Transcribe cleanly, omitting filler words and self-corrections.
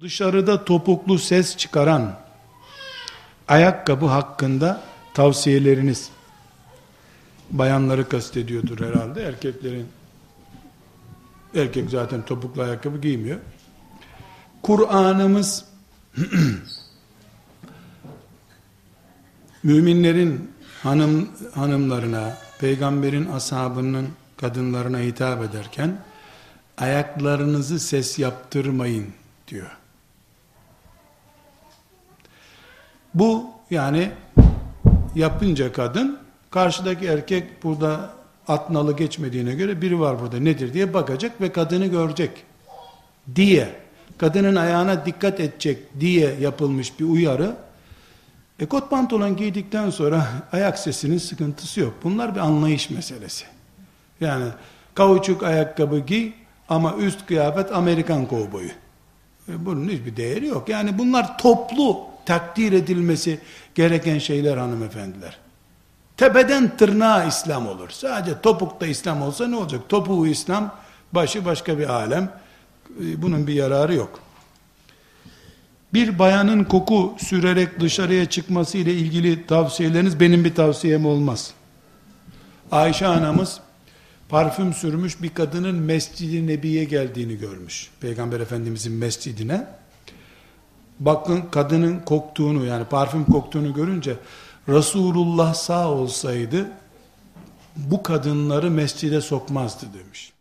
Dışarıda topuklu ses çıkaran ayakkabı hakkında tavsiyeleriniz, bayanları kastediyordur herhalde. Erkek zaten topuklu ayakkabı giymiyor. Kur'an'ımız müminlerin hanımlarına, peygamberin ashabının kadınlarına hitap ederken ayaklarınızı ses yaptırmayın diyor. Bu yani yapınca kadın, karşıdaki erkek burada at nalı geçmediğine göre biri var burada nedir diye bakacak ve kadını görecek diye, kadının ayağına dikkat edecek diye yapılmış bir uyarı. Kot pantolon giydikten sonra ayak sesinin sıkıntısı yok. Bunlar bir anlayış meselesi. Yani kauçuk ayakkabı giy ama üst kıyafet Amerikan kovboyu. Bunun hiçbir değeri yok. Yani bunlar toplu takdir edilmesi gereken şeyler hanımefendiler. Tepeden tırnağa İslam olur. Sadece topukta İslam olsa ne olacak? Topuğu İslam, başı başka bir alem. Bunun bir yararı yok. Bir bayanın koku sürerek dışarıya çıkması ile ilgili tavsiyeleriniz, benim bir tavsiyem olmaz. Ayşe anamız parfüm sürmüş bir kadının Mescid-i Nebi'ye geldiğini görmüş. Peygamber Efendimizin mescidine. Bakın kadının koktuğunu, yani parfüm koktuğunu görünce Resulullah sağ olsaydı bu kadınları mescide sokmazdı demiş.